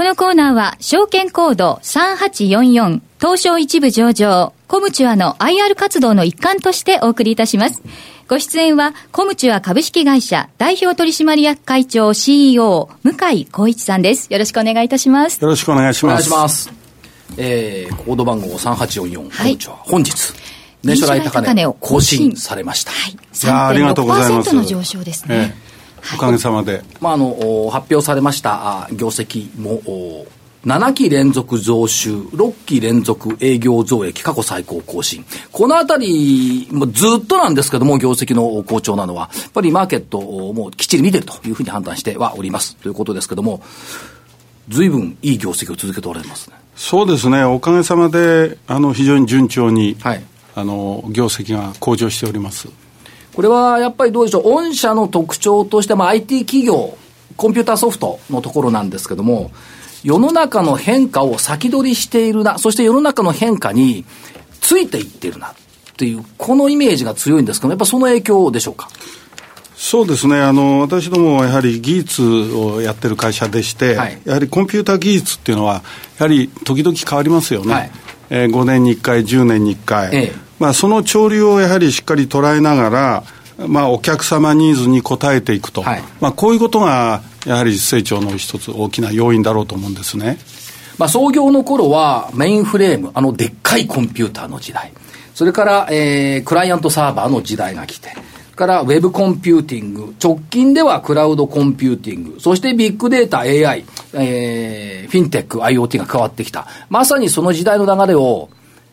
このコーナーは証券コード3844東証一部上場コムチュアの IR 活動の一環としてお送りいたします。ご出演はコムチュア株式会社代表取締役会長 CEO 向井光一さんです。よろしくお願いいたします。 よろしくお願いします。 お願いします。コード番号3844、コムチュア本日年初来高値を更新されました。 はい、 ありがとうございます。 3.6% の上昇ですね。 おかげさまで、 発表されました業績も7期連続増収、6期連続営業増益過去最高更新。このあたりもずっとなんですけども、業績の好調なのはやっぱりマーケットをもうきっちり見てるというふうに判断してはおりますということですけども、随分いい業績を続けておられますね。 そうですね、おかげさまで非常に順調に、 はい、 業績が向上しております。 これはやっぱりどうでしょう、御社の特徴として、IT 企業コンピューターソフトのところなんですけども、世の中の変化を先取りしているな、そして世の中の変化についていっているなっていうこのイメージが強いんですけど、やっぱその影響でしょうか。 そうですね、私どもはやはり技術をやってる会社でして、はい、やはりコンピューター技術っていうのはやはり時々変わりますよね、はい、5年に1回10年に1回、その潮流をやはりしっかり捉えながら、お客様ニーズに応えていくと、はい、こういうことがやはり成長の一つ大きな要因だろうと思うんですね。 創業の頃はメインフレーム、でっかいコンピューターの時代、それから、クライアントサーバーの時代が来て、からウェブコンピューティング、直近ではクラウドコンピューティング、そしてビッグデータ AI、フィンテック IoT が変わってきた。まさにその時代の流れを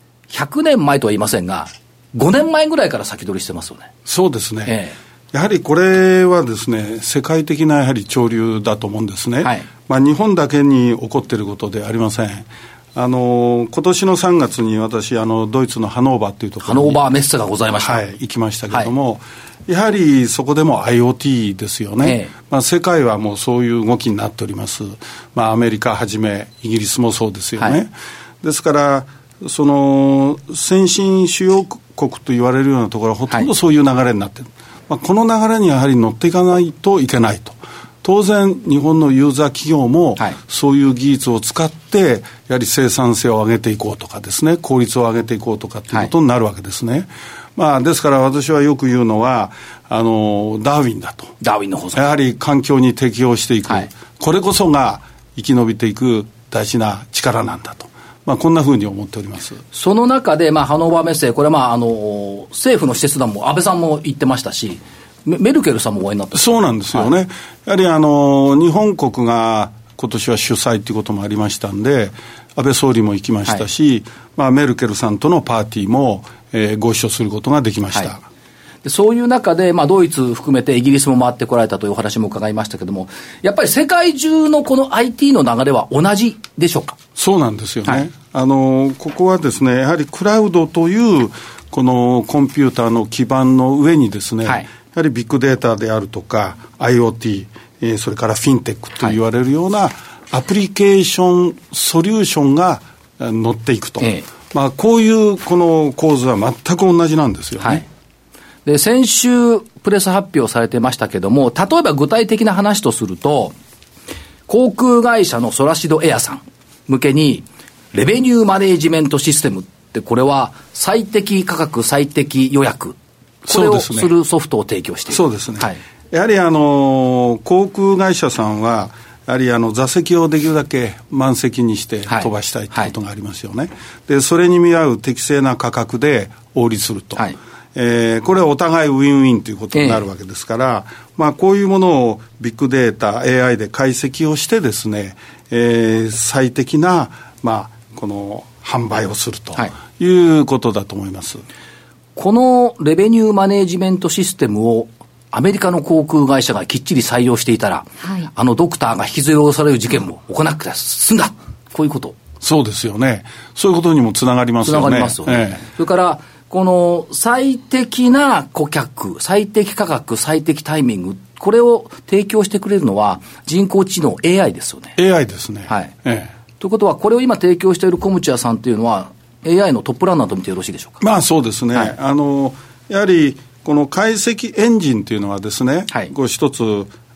100年前とは言いませんが5年前ぐらいから先取りしてますよね。 そうですね、やはりこれはですね、世界的なやはり潮流だと思うんですね、はい、日本だけに起こっていることでありません。今年の3月に私ドイツのハノーバーというところにハノーバーメッセがございました、 はい、行きましたけれども、やはりそこでも IoT ですよね、世界はもうそういう動きになっております。アメリカはじめイギリスもそうですよね、はい、ですからその先進主要国と言われるようなところはほとんどそういう流れになっている、この流れにやはり乗っていかないといけないと。当然日本のユーザー企業もそういう技術を使ってやはり生産性を上げていこうとかですね、効率を上げていこうとかっていうことになるわけですね、ですから私はよく言うのはダーウィンだと。 ダーウィンの法則、 やはり環境に適応していく、これこそが生き延びていく大事な力なんだと、こんなふうに思っております。 その中で、ハノーバーメッセ、これは政府の使節団も安倍さんも言ってましたし、メルケルさんもお会いになった。 そうなんですよね、やはり日本国が今年は主催ということもありましたんで、安倍総理も行きましたし、メルケルさんとのパーティーも、ご一緒することができました、 でそういう中で、ドイツ含めてイギリスも回ってこられたというお話も伺いましたけども、やっぱり世界中のこの IT の流れは同じでしょうか。 そうなんですよね、ここはですね、やはりクラウドというこのコンピューターの基盤の上にですね、やはりビッグデータであるとか IoT、それからフィンテックと言われるようなアプリケーションソリューションが乗っていくと、こういうこの構図は全く同じなんですよね、 で先週プレス発表されてましたけども、例えば具体的な話とすると、航空会社のソラシドエアさん向けにレベニューマネージメントシステムって、これは最適価格最適予約、これをするソフトを提供している。 そうですね、やはり航空会社さんはやはり座席をできるだけ満席にして飛ばしたいということがありますよね、でそれに見合う適正な価格でお売りすると、これはお互いウィンウィンということになるわけですから、こういうものをビッグデータ AI で解析をしてですね、最適な、この販売をするということだと思います、 このレベニューマネージメントシステムをアメリカの航空会社がきっちり採用していたら、ドクターが引きずり下ろされる事件も起こらなくて済んだ、こういうこと。そうですよね。 そういうことにもつながりますよね。 つながりますよね、それからこの最適な顧客、最適価格、最適タイミング、これを提供してくれるのは人工知能 AI ですよね。 AI ですね、 ということは、これを今提供しているコムチュアさんというのは AI のトップランナーと見てよろしいでしょうか。 そうですね、やはりこの解析エンジンというのはですね、こう一つ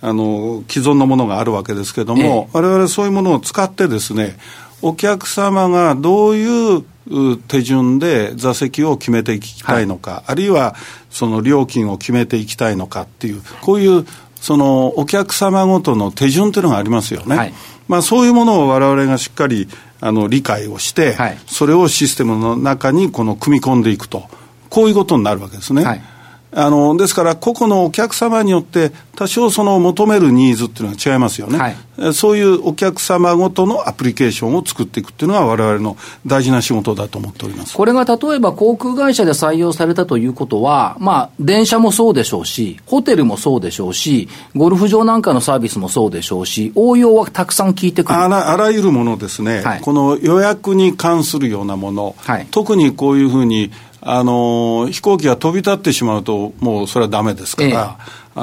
既存のものがあるわけですけども、我々そういうものを使ってですね、お客様がどういう手順で座席を決めていきたいのか、あるいはその料金を決めていきたいのかっていう、こういうそのお客様ごとの手順というのがありますよね。そういうものを我々がしっかり理解をして、それをシステムの中に組み込んでいくと、こういうことになるわけですね。ですから個々のお客様によって多少その求めるニーズっていうのは違いますよね。そういうお客様ごとのアプリケーションを作っていくっていうのは我々の大事な仕事だと思っております。 これが例えば航空会社で採用されたということは、電車もそうでしょうし、ホテルもそうでしょうし、ゴルフ場なんかのサービスもそうでしょうし、応用はたくさん効いてくる。 あらゆるものですね、この予約に関するようなもの、特にこういうふうに飛行機が飛び立ってしまうともうそれはダメですから、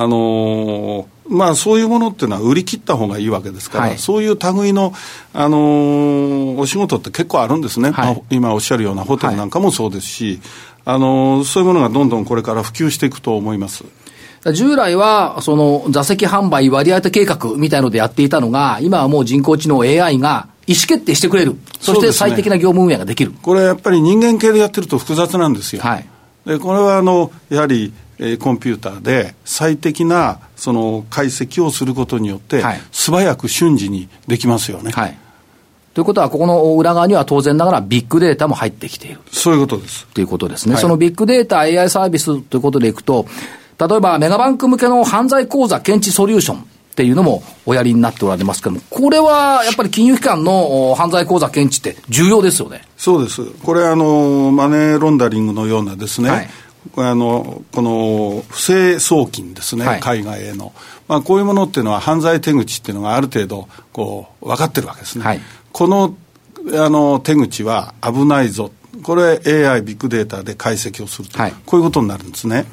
そういうものっていうのは売り切った方がいいわけですから、そういう類の、お仕事って結構あるんですね。今おっしゃるようなホテルなんかもそうですし、そういうものがどんどんこれから普及していくと思います。 従来はその座席販売割当計画みたいのでやっていたのが、今はもう人工知能 AI が意思決定してくれる。そして最適な業務運営ができる。 これやっぱり人間系でやってると複雑なんですよ。でこれはやはり、コンピューターで最適なその解析をすることによって、素早く瞬時にできますよね。 ということは、ここの裏側には当然ながらビッグデータも入ってきている。 そういうことです。 ということですね。そのビッグデータ AI サービスということでいくと、例えばメガバンク向けの犯罪口座検知ソリューションっていうのもおやりになっておられますけども、これはやっぱり金融機関の犯罪口座検知って重要ですよね。 そうです。これマネーロンダリングのようなですね、この不正送金ですね、海外への、こういうものっていうのは犯罪手口っていうのがある程度分かってるわけですね。この手口は危ないぞ、これ AI ビッグデータで解析をすると、こういうことになるんですね。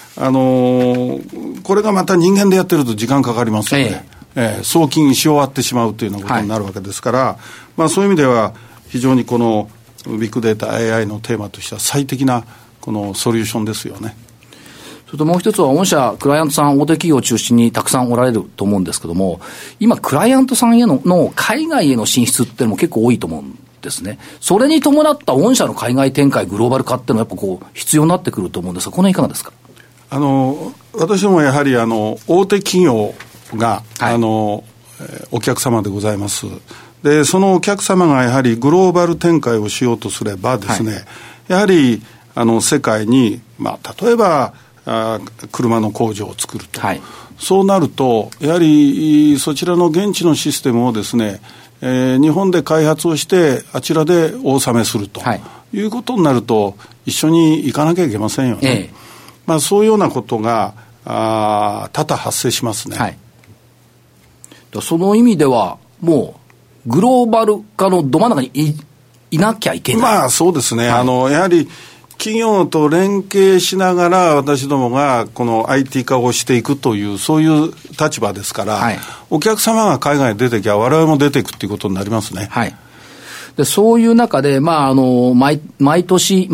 これがまた人間でやってると時間かかりますので、送金し終わってしまうというようなことになるわけですから、そういう意味では非常にこのビッグデータ AI のテーマとしては最適なこのソリューションですよね。 それともう一つは、御社クライアントさん大手企業を中心にたくさんおられると思うんですけども、今クライアントさんへの海外への進出っていうのも結構多いと思うんですね。それに伴った御社の海外展開グローバル化っていうのはやっぱ必要になってくると思うんですが、この辺いかがですか。 私どもやはり大手企業が、お客様でございます。でそのお客様がやはりグローバル展開をしようとすればですね、やはり世界に、例えば車の工場を作ると、そうなるとやはりそちらの現地のシステムをですね、日本で開発をしてあちらでお納めすると、いうことになると一緒に行かなきゃいけませんよね。そういうようなことが多々発生しますね。 その意味ではもうグローバル化のど真ん中に いなきゃいけない。 そうですね。やはり企業と連携しながら私どもがこの IT 化をしていくというそういう立場ですから、お客様が海外に出てきゃ我々も出ていくということになりますね。 でそういう中で、毎年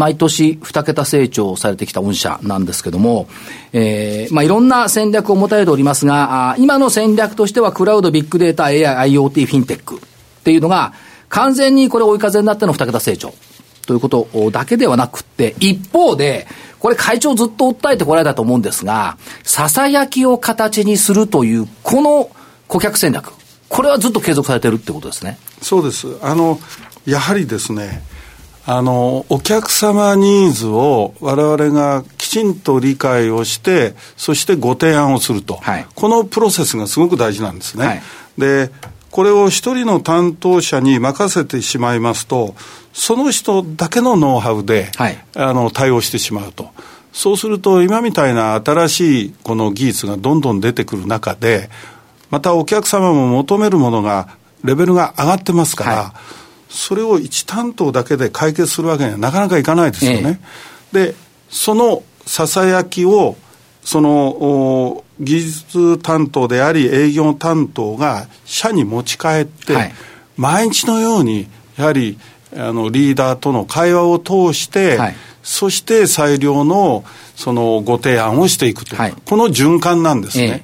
2桁成長されてきた御社なんですけども、いろんな戦略を持たれておりますが、今の戦略としてはクラウド、ビッグデータ、AI、IoT、フィンテックっていうのが完全にこれ追い風になっての2桁成長ということだけではなくって、一方でこれ会長ずっと訴えてこられたと思うんですが、ささやきを形にするというこの顧客戦略、これはずっと継続されているってことですね。 そうです。やはりですね、お客様ニーズを我々がきちんと理解をして、そしてご提案をすると、このプロセスがすごく大事なんですね。でこれを一人の担当者に任せてしまいますと、その人だけのノウハウで、対応してしまうと。そうすると今みたいな新しいこの技術がどんどん出てくる中で、またお客様も求めるものがレベルが上がってますから、それを一担当だけで解決するわけにはなかなかいかないですよね。でそのささやきをその技術担当であり営業担当が社に持ち帰って、毎日のようにやはりリーダーとの会話を通して、そして最良のそのご提案をしていくと、この循環なんですね。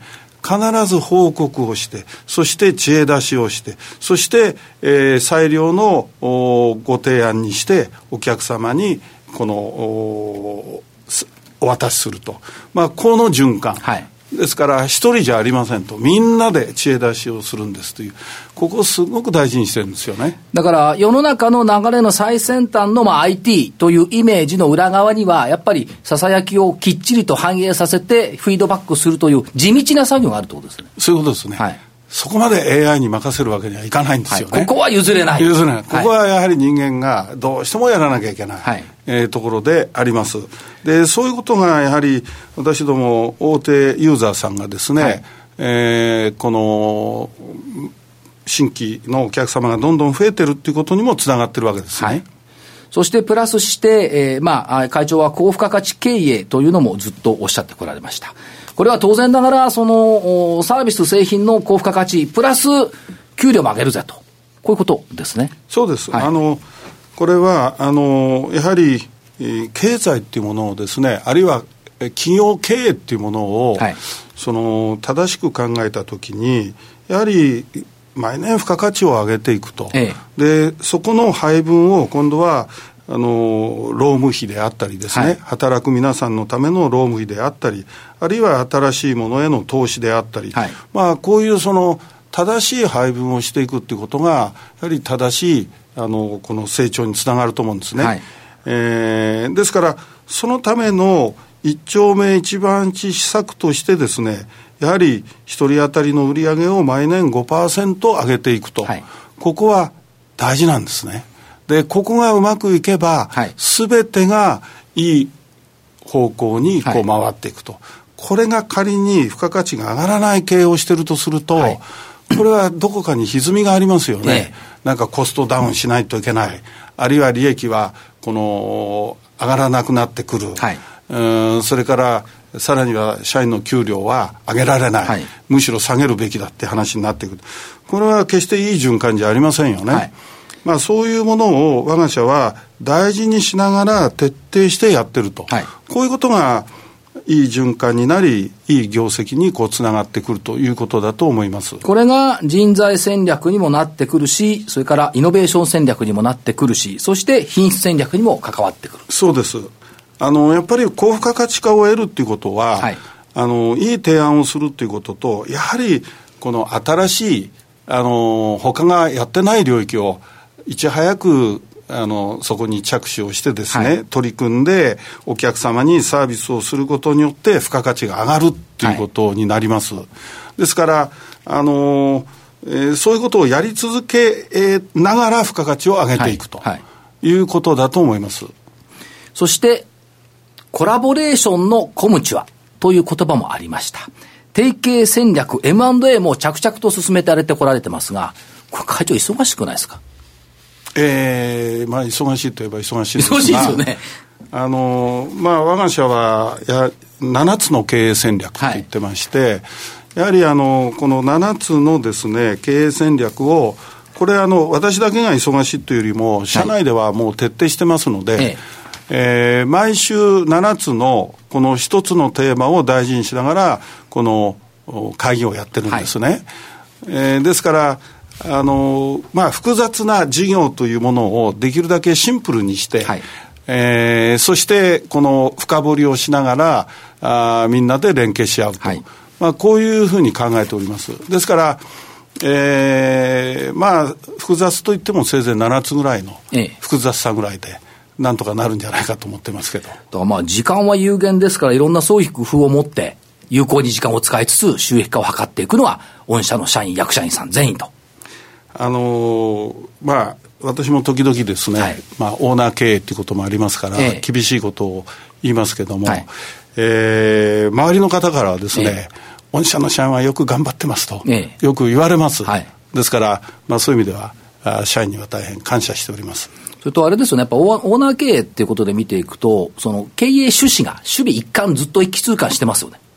必ず報告をして、そして知恵出しをして、そして、最良のご提案にしてお客様にお渡しすると、この循環、ですから一人じゃありませんと、みんなで知恵出しをするんですという、ここをすごく大事にしてるんですよね。 だから世の中の流れの最先端のIT というイメージの裏側には、やっぱりささやきをきっちりと反映させてフィードバックするという地道な作業があるということですね。 そういうことですね。そこまで AI に任せるわけにはいかないんですよね。 ここは譲れない。 譲れない。ここはやはり人間がどうしてもやらなきゃいけない、ところであります。で、そういうことがやはり私ども大手ユーザーさんがですね、この新規のお客様がどんどん増えてるっていうことにもつながってるわけですね。 そしてプラスして、会長は高付加価値経営というのもずっとおっしゃってこられました。これは当然ながら、そのサービス製品の高付加価値プラス給料も上げるぜと、こういうことですね。 そうです。これはやはり経済っていうものをですね、あるいは企業経営っていうものを、正しく考えたときに、やはり毎年付加価値を上げていくと、でそこの配分を今度は労務費であったりですね、働く皆さんのための労務費であったり、あるいは新しいものへの投資であったり、こういう正しい配分をしていくっていうことがやはり正しいこの成長につながると思うんですね。ですからそのための一丁目一番地施策としてですね、やはり一人当たりの売り上げを毎年 5% 上げていくと、ここは大事なんですね。でここがうまくいけば、全てがいい方向に回っていくと、これが仮に付加価値が上がらない経営をしているとすると、これはどこかに歪みがありますよね。なんかコストダウンしないといけない、あるいは利益は上がらなくなってくる、それからさらには社員の給料は上げられない、むしろ下げるべきだって話になってくる。これは決していい循環じゃありませんよね。そういうものを我が社は大事にしながら徹底してやってると、こういうことがいい循環になり、いい業績につながってくるということだと思います。これが人材戦略にもなってくるし、それからイノベーション戦略にもなってくるし、そして品質戦略にも関わってくる。 そうです。やっぱり高付加価値化を得るっていうことは、いい提案をするっていうことと、やはりこの新しい他がやってない領域をいち早くそこに着手をしてですね、取り組んでお客様にサービスをすることによって付加価値が上がるっていうことになります。ですからそういうことをやり続けながら付加価値を上げていくということだと思います。 そしてコラボレーションのコムチュアという言葉もありました。提携戦略 M&A も着々と進めてられてこられてますが、これ会長忙しくないですか？ 忙しいといえば忙しいですが、 忙しいですよね。 我が社は7つの経営戦略と言ってまして、やはりこの7つのですね経営戦略を、これ私だけが忙しいというよりも社内ではもう徹底してますので、毎週7つのこの1つのテーマを大事にしながらこの会議をやってるんですね。ですから複雑な事業というものをできるだけシンプルにして、そしてこの深掘りをしながらみんなで連携し合うと、こういうふうに考えております。ですから、複雑といってもせいぜい7つぐらいの複雑さぐらいでなんとかなるんじゃないかと思ってますけど、 だから時間は有限ですから、いろんな創意工夫を持って有効に時間を使いつつ収益化を図っていくのは御社の社員役社員さん全員と。 私も時々ですね、オーナー経営っていうこともありますから、厳しいことを言いますけども、周りの方からはですね、御社の社員はよく頑張ってますと、よく言われます。ですから、そういう意味では社員には大変感謝しております。 それとあれですよね、やっぱオーナー経営っていうことで見ていくと、その経営趣旨が守備一貫ずっと一気通貫してますよね。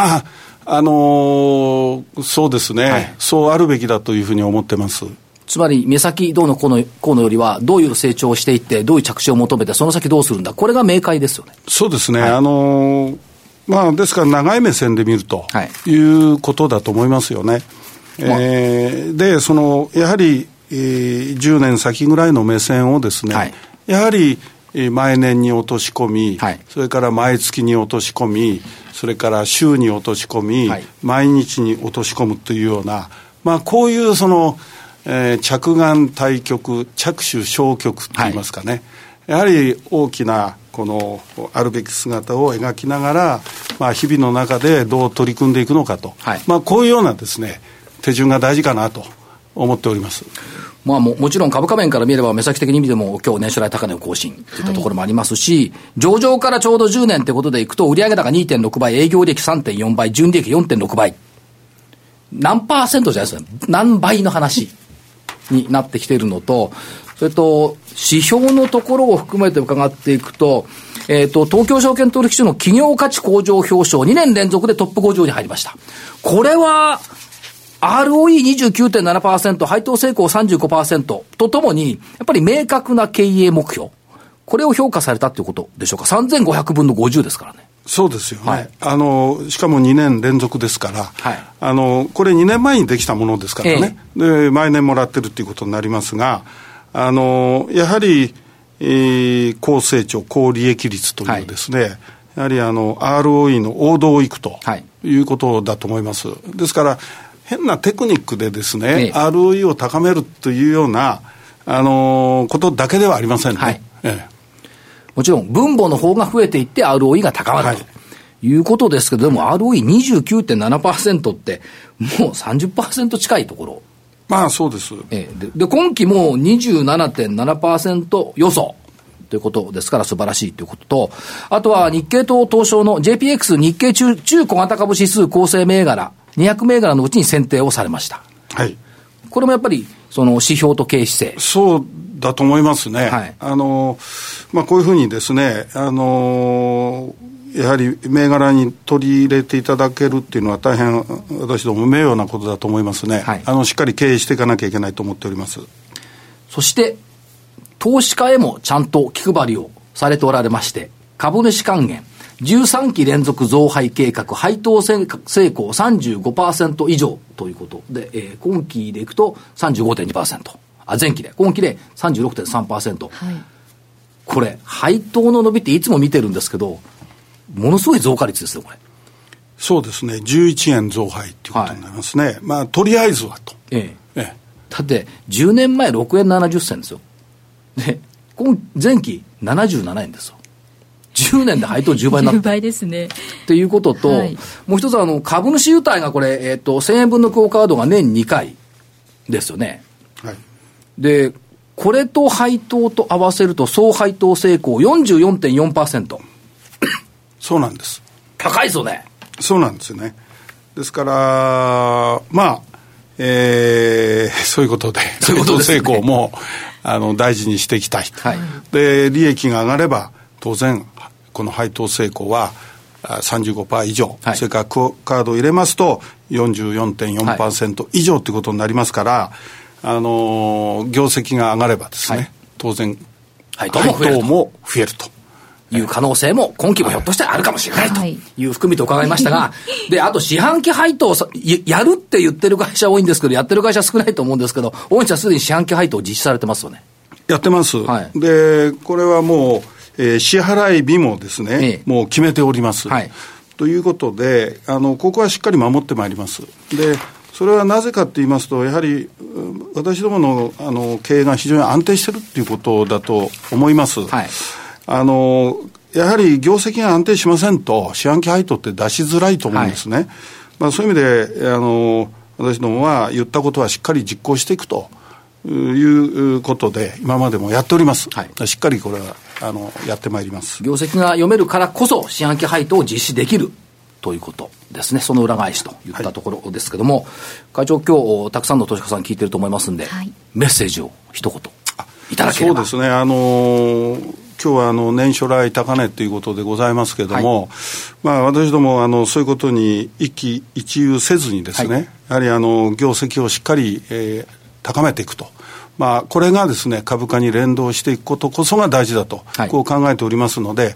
そうですね、そうあるべきだというふうに思ってます。 つまり目先どうのこうのよりは、どういう成長をしていってどういう着地を求めてその先どうするんだ、これが明快ですよね。 そうですね、 ですから長い目線で見るということだと思いますよね。で、やはり、10年先ぐらいの目線をですね、やはり毎年に落とし込み、それから毎月に落とし込み、それから週に落とし込み、毎日に落とし込むというような、こういう着眼対極、着手小極といいますかね、やはり大きなこのあるべき姿を描きながら、日々の中でどう取り組んでいくのかと、こういうようなですね手順が大事かなと思っております。 もちろん株価面から見れば目先的に見ても今日年初来高値を更新といったところもありますし、上場からちょうど10年ということでいくと売上高 2.6 倍、営業利益 3.4 倍、純利益 4.6 倍、何パーセントじゃないですか、何倍の話になってきているのと、それと指標のところを含めて伺っていくと、東京証券取引所の企業価値向上表彰2年連続でトップ50に入りました。これはROE29.7%、配当成功 35% とともに、やっぱり明確な経営目標、これを評価されたということでしょうか。3500分の50ですからね。 そうですよね。しかも2年連続ですから、これ2年前にできたものですからね。で、毎年もらってるっていうことになりますが、やはり、高成長、高利益率というですね、やはりROE の王道を行くということだと思います。ですから、変なテクニックでですね、ROE を高めるというような、ことだけではありませんね。 もちろん分母の方が増えていって ROE が高まるということですけど、でも ROE29.7% ってもう 30% 近いところ。 そうです。 で今期も 27.7% 予想ということですから素晴らしいということと、あとは日経と東証の JPX 日経中小型株指数構成銘柄200銘柄のうちに選定をされました。これもやっぱりその指標と経営姿勢。 そうだと思いますね。こういうふうにですね、やはり銘柄に取り入れていただけるっていうのは大変私ども名誉なことだと思いますね。しっかり経営していかなきゃいけないと思っております。 そして投資家へもちゃんと気配りをされておられまして、株主還元13期連続増配計画、配当成功 35% 以上ということで、今期でいくと 35.2%、前期で今期で 36.3%、これ配当の伸びっていつも見てるんですけど、ものすごい増加率ですよこれ。 そうですね、11円増配っていうことになりますね。とりあえずはと。 だって10年前6円70銭ですよ。で前期77円ですよ。10年で配当10倍になった。 10倍ですね。 っていうことと、もう一つ株主優待がこれ、1000円分のクオカードが年2回ですよね。で、これと配当と合わせると総配当成功 44.4%。 そうなんです。 高いですよね。 そうなんですよね。ですから、そういうことで、配当成功も大事にしていきたい。で、利益が上がれば、当然、この配当成功は 35% 以上、それからクオカードを入れますと 44.4% 以上ということになりますから、業績が上がればですね、当然、配当も増えると。 いう可能性も今期もひょっとしたらあるかもしれないという含みと伺いましたが、で、あと四半期配当やるって言ってる会社多いんですけど、やってる会社少ないと思うんですけど、大西はすでに四半期配当実施されてますよね。 やってます。で、これはもう、支払い日もですね、もう決めております。ということで、ここはしっかり守ってまいります。で、それはなぜかと言いますと、やはり私どもの経営が非常に安定しているということだと思います。やはり業績が安定しませんと四半期配当って出しづらいと思うんですね。そういう意味で私どもは言ったことはしっかり実行していくということで今までもやっております。しっかりこれはやってまいります。 業績が読めるからこそ四半期配当を実施できるということですね。その裏返しといったところですけども、会長今日たくさんの投資家さん聞いてると思いますんで、メッセージを一言いただければ。 そうですね、今日は年初来高値ということでございますけれども、私どもそういうことに一喜一憂せずにですね、やはり業績をしっかり、高めていくと、これがですね株価に連動していくことこそが大事だと、こう考えておりますので、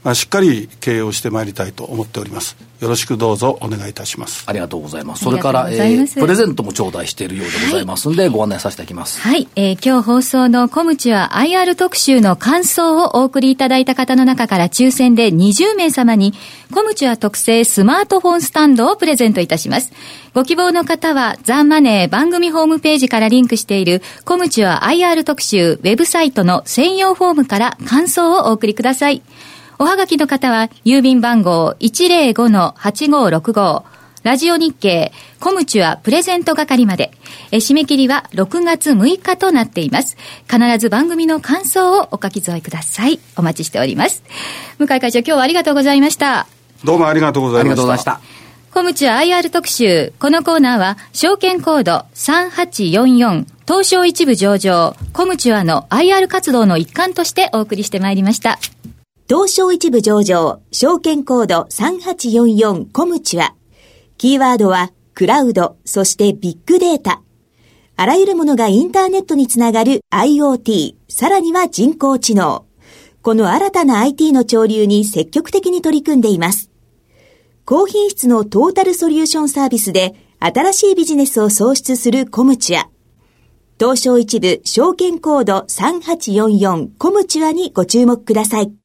しっかり経営をしてまいりたいと思っております。よろしくどうぞお願いいたします。 ありがとうございます。それから、プレゼントも頂戴しているようでございますので、ご案内させていただきます。 はい、今日放送のコムチュア IR 特集の感想をお送りいただいた方の中から抽選で20名様にコムチュア特製スマートフォンスタンドをプレゼントいたします。ご希望の方はザンマネー番組ホームページからリンクしているコムチュア IR 特集ウェブサイトの専用フォームから感想をお送りください。おはがきの方は郵便番号 105-8565 ラジオ日経コムチュアプレゼント係まで。締め切りは6月6日となっています。必ず番組の感想をお書き添えください。お待ちしております。向井会長、今日はありがとうございました。 どうもありがとうございました。 ありがとうございました。 コムチュア IR 特集。このコーナーは証券コード3844東証一部上場コムチュアの IR 活動の一環としてお送りしてまいりました。 東証一部上場証券コード3844コムチュア。キーワードはクラウド、そしてビッグデータ。あらゆるものがインターネットにつながる IoT、さらには人工知能。この新たな IT の潮流に積極的に取り組んでいます。高品質のトータルソリューションサービスで新しいビジネスを創出するコムチュア。東証一部証券コード3844コムチュアにご注目ください。